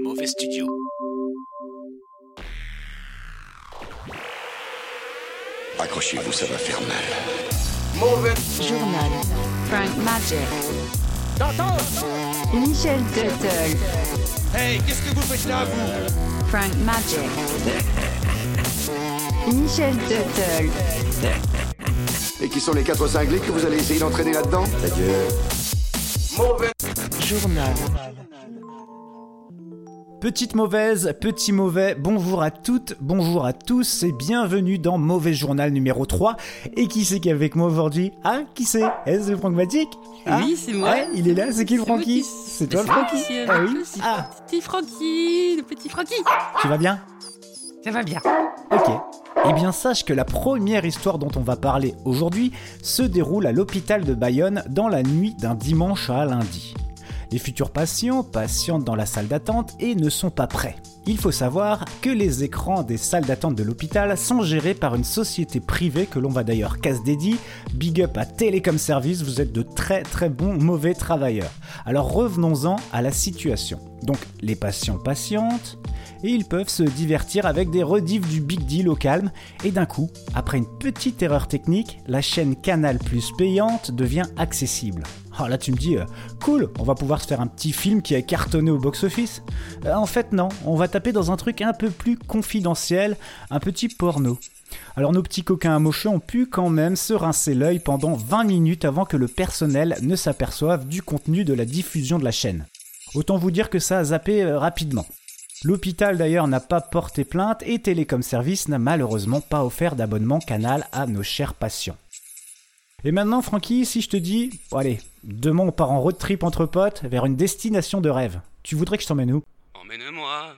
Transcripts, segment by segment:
Mauvais Studio. Accrochez-vous, ça va faire mal. Mauvais Journal. Frank Magic. T'entends? Michel Tuttle. Hey, qu'est-ce que vous faites là, vous? Frank Magic. Michel Tuttle. Et qui sont les 4 cinglés que vous allez essayer d'entraîner là-dedans? Adieu. Mauvais Journal. Petite mauvaise, petit mauvais, bonjour à toutes, bonjour à tous et bienvenue dans Mauvais Journal numéro 3. Et qui c'est qui est avec moi aujourd'hui? Ah, qui c'est? C'est Frank Magic? Oui, c'est moi. Ouais, il est là, c'est qui le Francky? C'est toi le Francky? Ah oui? Ah, Petit Francky, le petit Francky. tu vas bien? Ça va bien. Ok. Eh bien, sache que la première histoire dont on va parler aujourd'hui se déroule à l'hôpital de Bayonne dans la nuit d'un dimanche à lundi. Les futurs patients patientent dans la salle d'attente et ne sont pas prêts. Il faut savoir que les écrans des salles d'attente de l'hôpital sont gérés par une société privée que l'on va d'ailleurs casse dédié. Big up à Télécom Service, vous êtes de très très bons mauvais travailleurs. Alors revenons-en à la situation. Donc les patients patientent et ils peuvent se divertir avec des rediffs du Big Deal au calme et d'un coup, après une petite erreur technique, la chaîne Canal+ payante devient accessible. Alors là tu me dis, cool, on va pouvoir se faire un petit film qui a cartonné au box-office. En fait non, on va taper dans un truc un peu plus confidentiel, un petit porno. Alors nos petits coquins amocheux ont pu quand même se rincer l'œil pendant 20 minutes avant que le personnel ne s'aperçoive du contenu de la diffusion de la chaîne. Autant vous dire que ça a zappé rapidement. L'hôpital d'ailleurs n'a pas porté plainte et Télécom Service n'a malheureusement pas offert d'abonnement Canal à nos chers patients. Et maintenant Francky, si je te dis, bon, allez, demain on part en road trip entre potes vers une destination de rêve, tu voudrais que je t'emmène où? Emmène-moi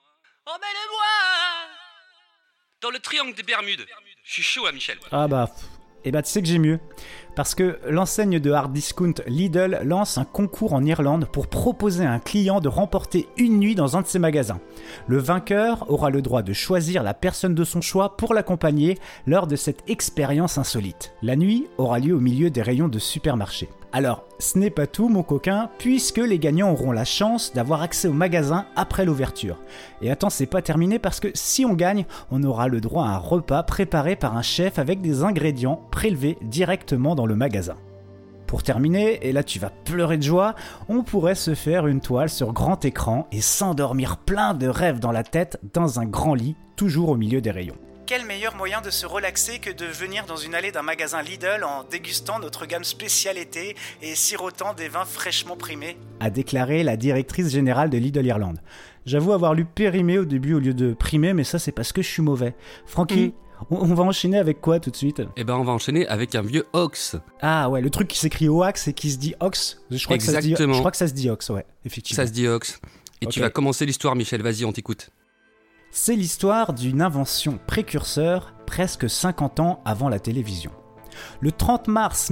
dans le triangle des Bermudes. Je suis chaud à Michel. Ah bah, tu sais que j'ai mieux. Parce que l'enseigne de hard discount Lidl lance un concours en Irlande pour proposer à un client de remporter une nuit dans un de ses magasins. Le vainqueur aura le droit de choisir la personne de son choix pour l'accompagner lors de cette expérience insolite. La nuit aura lieu au milieu des rayons de supermarché. Alors, ce n'est pas tout mon coquin, puisque les gagnants auront la chance d'avoir accès au magasin après l'ouverture. Et attends, c'est pas terminé parce que si on gagne, on aura le droit à un repas préparé par un chef avec des ingrédients prélevés directement dans le magasin. Pour terminer, et là tu vas pleurer de joie, on pourrait se faire une toile sur grand écran et s'endormir plein de rêves dans la tête dans un grand lit, toujours au milieu des rayons. Quel meilleur moyen de se relaxer que de venir dans une allée d'un magasin Lidl en dégustant notre gamme spéciale été et sirotant des vins fraîchement primés, a déclaré la directrice générale de Lidl Irlande. J'avoue avoir lu périmé au début au lieu de primé, mais ça c'est parce que je suis mauvais. Francky, on va enchaîner avec quoi tout de suite? Eh ben on va enchaîner avec un vieux Ox. Ah ouais, le truc qui s'écrit Oax et qui se dit Ox. Je crois que ça se dit Ox, ouais, effectivement. Ça se dit Ox. Et Ok. tu vas commencer l'histoire, Michel, vas-y, on t'écoute. C'est l'histoire d'une invention précurseur presque 50 ans avant la télévision. Le 30 mars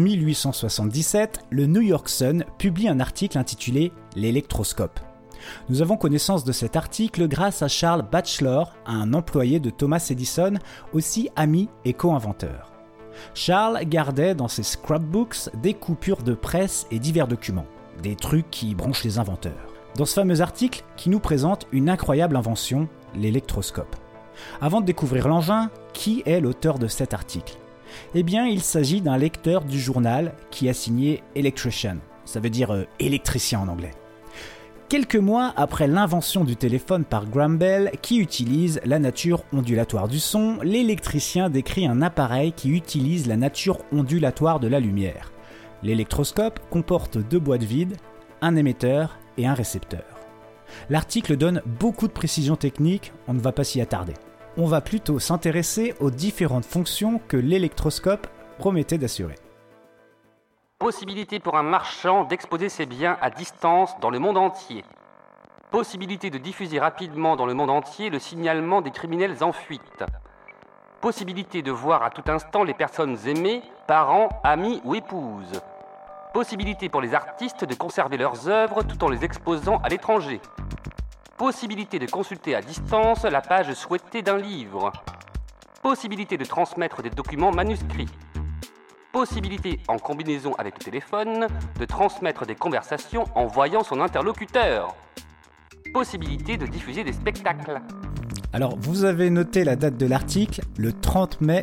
1877, le New York Sun publie un article intitulé « L'électroscope ». Nous avons connaissance de cet article grâce à Charles Batchelor, un employé de Thomas Edison, aussi ami et co-inventeur. Charles gardait dans ses scrapbooks des coupures de presse et divers documents, des trucs qui branchent les inventeurs. Dans ce fameux article qui nous présente une incroyable invention, l'électroscope. Avant de découvrir l'engin, qui est l'auteur de cet article? Eh bien, il s'agit d'un lecteur du journal qui a signé Electrician, ça veut dire électricien en anglais. Quelques mois après l'invention du téléphone par Graham Bell qui utilise la nature ondulatoire du son, l'électricien décrit un appareil qui utilise la nature ondulatoire de la lumière. L'électroscope comporte 2 boîtes vides, un émetteur et un récepteur. L'article donne beaucoup de précisions techniques, on ne va pas s'y attarder. On va plutôt s'intéresser aux différentes fonctions que l'électroscope promettait d'assurer. Possibilité pour un marchand d'exposer ses biens à distance dans le monde entier. Possibilité de diffuser rapidement dans le monde entier le signalement des criminels en fuite. Possibilité de voir à tout instant les personnes aimées, parents, amis ou épouses. Possibilité pour les artistes de conserver leurs œuvres tout en les exposant à l'étranger. Possibilité de consulter à distance la page souhaitée d'un livre. Possibilité de transmettre des documents manuscrits. Possibilité, en combinaison avec le téléphone, de transmettre des conversations en voyant son interlocuteur. possibilité de diffuser des spectacles. Alors, vous avez noté la date de l'article, le 30 mai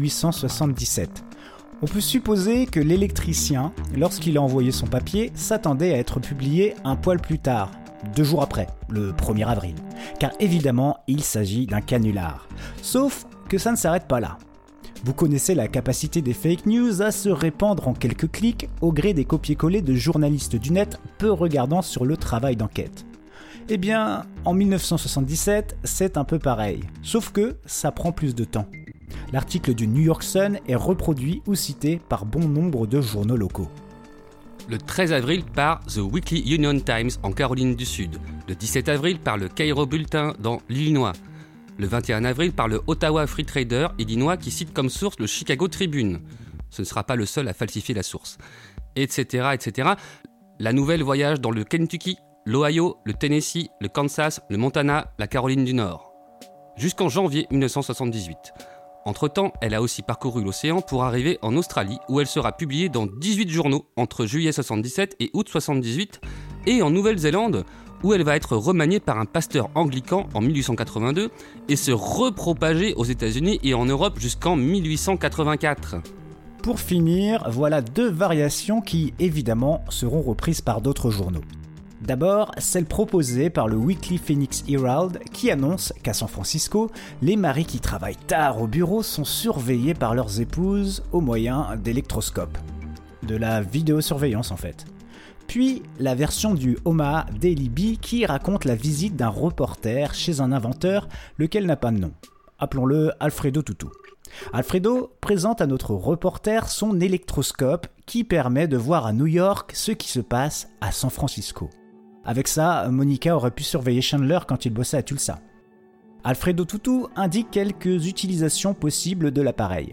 1877. On peut supposer que l'électricien, lorsqu'il a envoyé son papier, s'attendait à être publié un poil plus tard, 2 jours après, le 1er avril. Car évidemment, il s'agit d'un canular. Sauf que ça ne s'arrête pas là. Vous connaissez la capacité des fake news à se répandre en quelques clics au gré des copier-coller de journalistes du net peu regardant sur le travail d'enquête. Eh bien, en 1977, c'est un peu pareil, sauf que ça prend plus de temps. L'article du New York Sun est reproduit ou cité par bon nombre de journaux locaux. Le 13 avril par The Weekly Union Times en Caroline du Sud. Le 17 avril par le Cairo Bulletin dans l'Illinois. Le 21 avril par le Ottawa Free Trader Illinois qui cite comme source le Chicago Tribune. Ce ne sera pas le seul à falsifier la source. Etc. etc. La nouvelle voyage dans le Kentucky, l'Ohio, le Tennessee, le Kansas, le Montana, la Caroline du Nord. Jusqu'en janvier 1978. Entre-temps, elle a aussi parcouru l'océan pour arriver en Australie où elle sera publiée dans 18 journaux entre juillet 77 et août 78 et en Nouvelle-Zélande où elle va être remaniée par un pasteur anglican en 1882 et se repropager aux États-Unis et en Europe jusqu'en 1884. Pour finir, voilà 2 variations qui, évidemment, seront reprises par d'autres journaux. D'abord, celle proposée par le Weekly Phoenix Herald qui annonce qu'à San Francisco, les maris qui travaillent tard au bureau sont surveillés par leurs épouses au moyen d'électroscopes. De la vidéosurveillance en fait. Puis, la version du Omaha Daily Bee qui raconte la visite d'un reporter chez un inventeur, lequel n'a pas de nom. Appelons-le Alfredo Tutu. Alfredo présente à notre reporter son électroscope qui permet de voir à New York ce qui se passe à San Francisco. Avec ça, Monica aurait pu surveiller Chandler quand il bossait à Tulsa. Alfredo Tutu indique quelques utilisations possibles de l'appareil.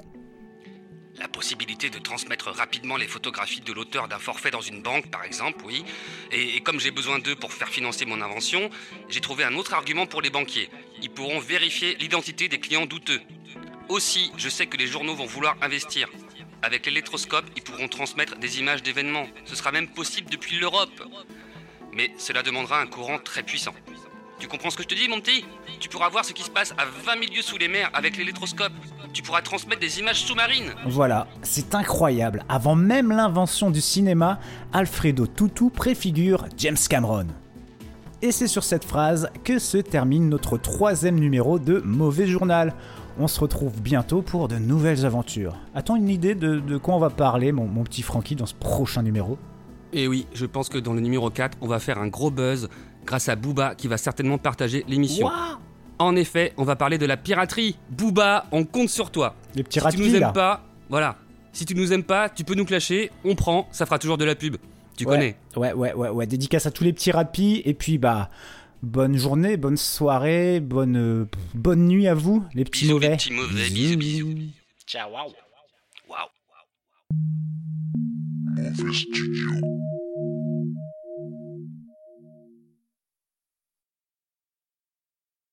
La possibilité de transmettre rapidement les photographies de l'auteur d'un forfait dans une banque, par exemple, oui. Et comme j'ai besoin d'eux pour faire financer mon invention, j'ai trouvé un autre argument pour les banquiers. Ils pourront vérifier l'identité des clients douteux. Aussi, je sais que les journaux vont vouloir investir. Avec l'électroscope, ils pourront transmettre des images d'événements. Ce sera même possible depuis l'Europe. Mais cela demandera un courant très puissant. Tu comprends ce que je te dis, mon petit ? Tu pourras voir ce qui se passe à 20 000 lieues sous les mers avec l'électroscope. Tu pourras transmettre des images sous-marines. Voilà, c'est incroyable. Avant même l'invention du cinéma, Alfredo Tutu préfigure James Cameron. Et c'est sur cette phrase que se termine notre 3e numéro de Mauvais Journal. On se retrouve bientôt pour de nouvelles aventures. A-t-on une idée de quoi on va parler, mon petit Francky, dans ce prochain numéro ? Et oui, je pense que dans le numéro 4, on va faire un gros buzz grâce à Booba qui va certainement partager l'émission. Wow. En effet, on va parler de la piraterie. Booba, on compte sur toi. Les petits Si tu nous rapides, aimes là. pas, voilà. Si tu nous aimes pas, tu peux nous clasher, on prend, ça fera toujours de la pub. Tu connais. Ouais. Dédicace à tous les petits rapis. Et puis, bonne journée, bonne soirée, bonne nuit à vous, les petits Bisous, mauvais. les petits mauvais, bisous. Ciao, waouh. Waouh. Mauvais Studio.